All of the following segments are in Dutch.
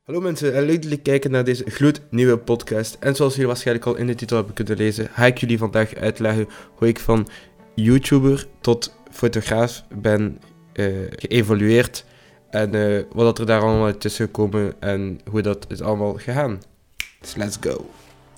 Hallo mensen en leuk dat jullie kijken naar deze gloednieuwe podcast. En zoals jullie waarschijnlijk al in de titel hebben kunnen lezen, ga ik jullie vandaag uitleggen hoe ik van YouTuber tot fotograaf ben geëvolueerd. En wat er daar allemaal uit is gekomen en hoe dat is allemaal gegaan. Dus let's go.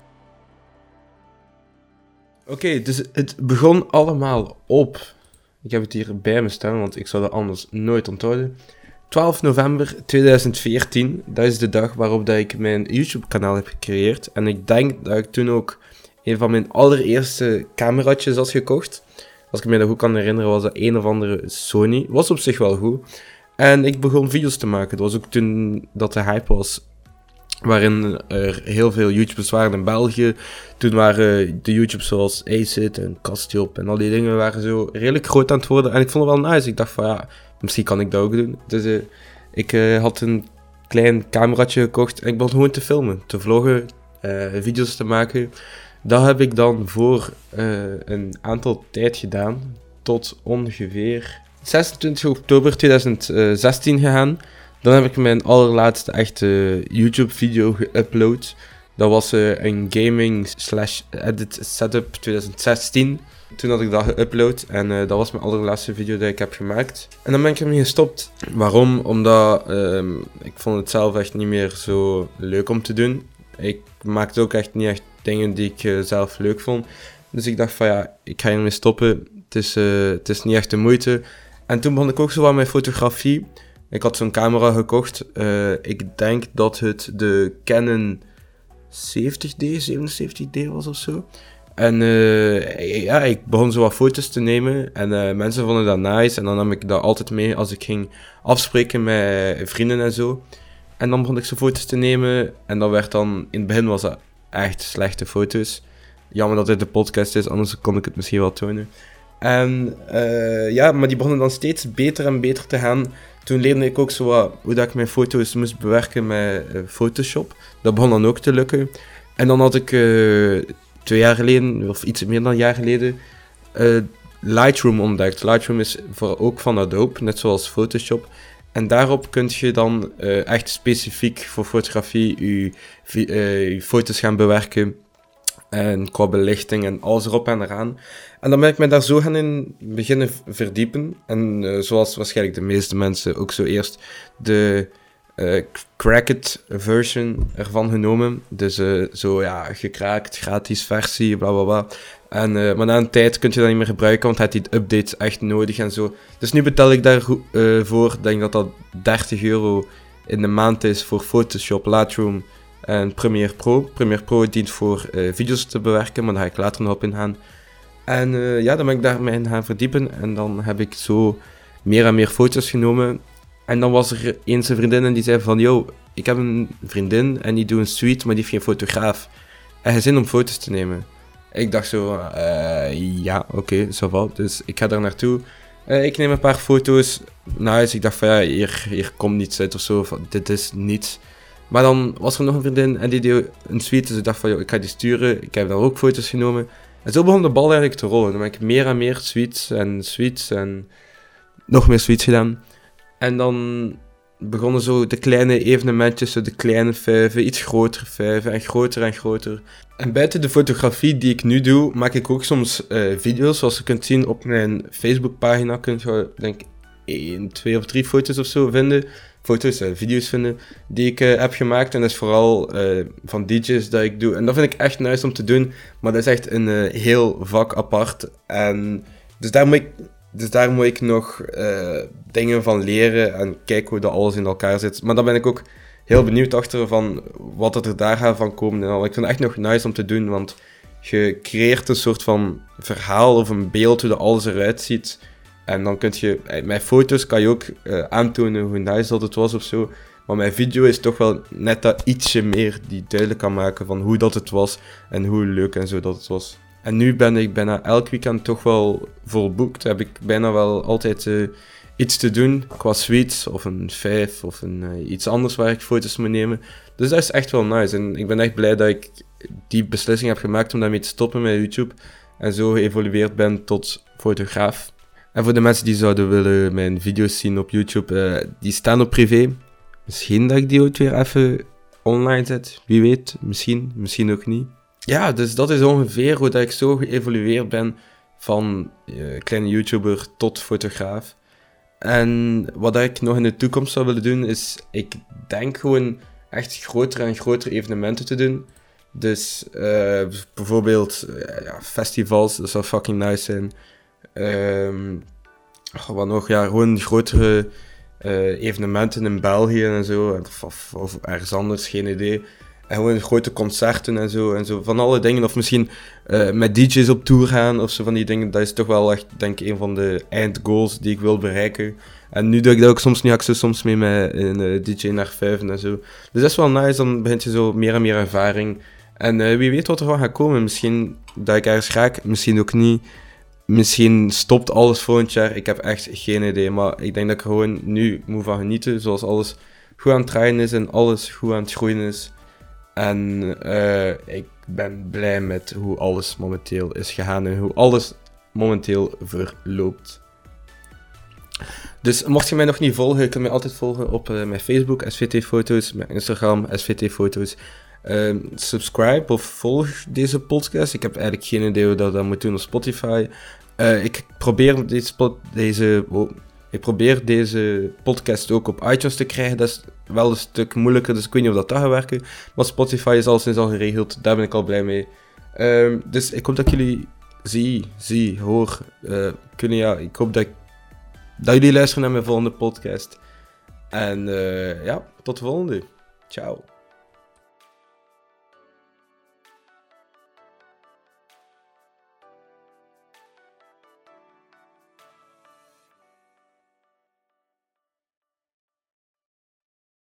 Oké, dus het begon allemaal op... Ik heb het hier bij me staan, want ik zou dat anders nooit onthouden. 12 november 2014, dat is de dag waarop dat ik mijn YouTube-kanaal heb gecreëerd. En ik denk dat ik toen ook een van mijn allereerste cameraatjes had gekocht. Als ik me dat goed kan herinneren, was dat een of andere Sony. Was op zich wel goed. En ik begon video's te maken. Dat was ook toen dat de hype was, waarin er heel veel YouTubers waren in België. Toen waren de YouTubers zoals Acid en Castjob en al die dingen waren zo redelijk groot aan het worden. En ik vond het wel nice. Ik dacht van ja, misschien kan ik dat ook doen. Dus ik had een klein cameraatje gekocht en ik begon gewoon te filmen, te vloggen, video's te maken. Dat heb ik dan voor een aantal tijd gedaan, tot ongeveer 26 oktober 2016 gegaan. Dan heb ik mijn allerlaatste echte YouTube-video geüpload. Dat was een gaming/edit setup 2016. Toen had ik dat geüpload en dat was mijn allerlaatste video die ik heb gemaakt. En dan ben ik ermee gestopt. Waarom? Omdat ik vond het zelf echt niet meer zo leuk om te doen. Ik maakte ook echt niet echt dingen die ik zelf leuk vond. Dus ik dacht van ja, ik ga hiermee stoppen. Het is niet echt de moeite. En toen begon ik ook zo aan mijn fotografie. Ik had zo'n camera gekocht. Ik denk dat het de Canon 70D, 77D was of zo. En ja, ik begon zo wat foto's te nemen en mensen vonden dat nice. En dan nam ik dat altijd mee als ik ging afspreken met vrienden en zo. En dan begon ik zo foto's te nemen en dat werd dan, in het begin was dat echt slechte foto's. Jammer dat dit de podcast is, anders kon ik het misschien wel tonen. En ja, maar die begonnen dan steeds beter en beter te gaan. Toen leerde ik ook zo wat hoe dat ik mijn foto's moest bewerken met Photoshop. Dat begon dan ook te lukken. En dan had ik 2 jaar geleden, of iets meer dan een jaar geleden, Lightroom ontdekt. Lightroom is ook van Adobe, net zoals Photoshop. En daarop kun je dan echt specifiek voor fotografie je foto's gaan bewerken. En qua belichting en alles erop en eraan. En dan ben ik me daar zo gaan in beginnen verdiepen. En zoals waarschijnlijk de meeste mensen ook zo eerst de cracked version ervan genomen. Dus zo ja, gekraakt, gratis versie, bla bla bla. En, maar na een tijd kun je dat niet meer gebruiken, want het heeft die updates echt nodig en zo. Dus nu betaal ik daarvoor, denk dat dat €30 in de maand is voor Photoshop, Lightroom en Premiere Pro. Premiere Pro dient voor video's te bewerken, maar daar ga ik later nog op ingaan. En ja, dan ben ik daarmee in gaan verdiepen en dan heb ik zo meer en meer foto's genomen. En dan was er eens een vriendin en die zei van, yo, ik heb een vriendin en die doet een suite, maar die heeft geen fotograaf. En hij zin om foto's te nemen. Ik dacht zo, ja, oké, ça va. Dus ik ga daar naartoe. Ik neem een paar foto's. Nice, ik dacht van, ja, hier komt niets uit of zo. Van, dit is niets. Maar dan was er nog een vriendin en die deed een suite. Dus ik dacht van, yo, ik ga die sturen. Ik heb daar ook foto's genomen. En zo begon de bal eigenlijk te rollen. Dan ben ik meer en meer suites en nog meer suites gedaan. En dan begonnen zo de kleine evenementjes, zo de kleine vijven, iets grotere vijven en groter en groter. En buiten de fotografie die ik nu doe, maak ik ook soms video's. Zoals je kunt zien op mijn Facebookpagina kun je denk 1, 2 of 3 foto's of zo vinden. Video's vinden die ik heb gemaakt. En dat is vooral van DJ's dat ik doe. En dat vind ik echt nice om te doen. Maar dat is echt een heel vak apart. En dus daar moet ik nog dingen van leren en kijken hoe dat alles in elkaar zit. Maar daar ben ik ook heel benieuwd achter van wat er daar gaat van komen. En al. Ik vind het echt nog nice om te doen, want je creëert een soort van verhaal of een beeld hoe dat alles eruit ziet. En dan kun je, met foto's kan je ook aantonen hoe nice dat het was of zo. Maar mijn video is toch wel net dat ietsje meer die duidelijk kan maken van hoe dat het was en hoe leuk en zo dat het was. En nu ben ik bijna elk weekend toch wel volboekt. Heb ik bijna wel altijd iets te doen qua suites of een 5 of iets anders waar ik foto's moet nemen. Dus dat is echt wel nice. En ik ben echt blij dat ik die beslissing heb gemaakt om daarmee te stoppen met YouTube. En zo geëvolueerd ben tot fotograaf. En voor de mensen die zouden willen mijn video's zien op YouTube, die staan op privé. Misschien dat ik die ooit weer even online zet. Wie weet, misschien ook niet. Ja, dus dat is ongeveer hoe dat ik zo geëvolueerd ben van kleine YouTuber tot fotograaf. En wat ik nog in de toekomst zou willen doen, is ik denk gewoon echt grotere en grotere evenementen te doen. Dus bijvoorbeeld festivals, dat zou fucking nice zijn. Wat nog? Ja, gewoon grotere evenementen in België en zo. Of ergens anders, geen idee. En gewoon grote concerten en zo. Van alle dingen. Of misschien met DJ's op tour gaan of zo van die dingen. Dat is toch wel echt, denk ik, een van de eindgoals die ik wil bereiken. En nu doe ik dat ook soms niet. Ik zo soms mee met een DJ naar 5 en zo. Dus dat is wel nice. Dan begint je zo meer en meer ervaring. En wie weet wat er van gaat komen. Misschien dat ik ergens raak, misschien ook niet. Misschien stopt alles volgend jaar. Ik heb echt geen idee. Maar ik denk dat ik er gewoon nu moet van genieten. Zoals alles goed aan het draaien is en alles goed aan het groeien is. En ik ben blij met hoe alles momenteel is gegaan en hoe alles momenteel verloopt. Dus mocht je mij nog niet volgen, je kunt mij altijd volgen op mijn Facebook, SVT-foto's, mijn Instagram, SVT-foto's. Subscribe of volg deze podcast. Ik heb eigenlijk geen idee hoe dat moet doen op Spotify. Ik probeer deze podcast ook op iTunes te krijgen. Dat is wel een stuk moeilijker, dus ik weet niet of dat gaat werken. Maar Spotify is al sinds al geregeld, daar ben ik al blij mee. Dus ik hoop dat ik jullie hoor. Ik hoop dat jullie luisteren naar mijn volgende podcast. En tot de volgende. Ciao.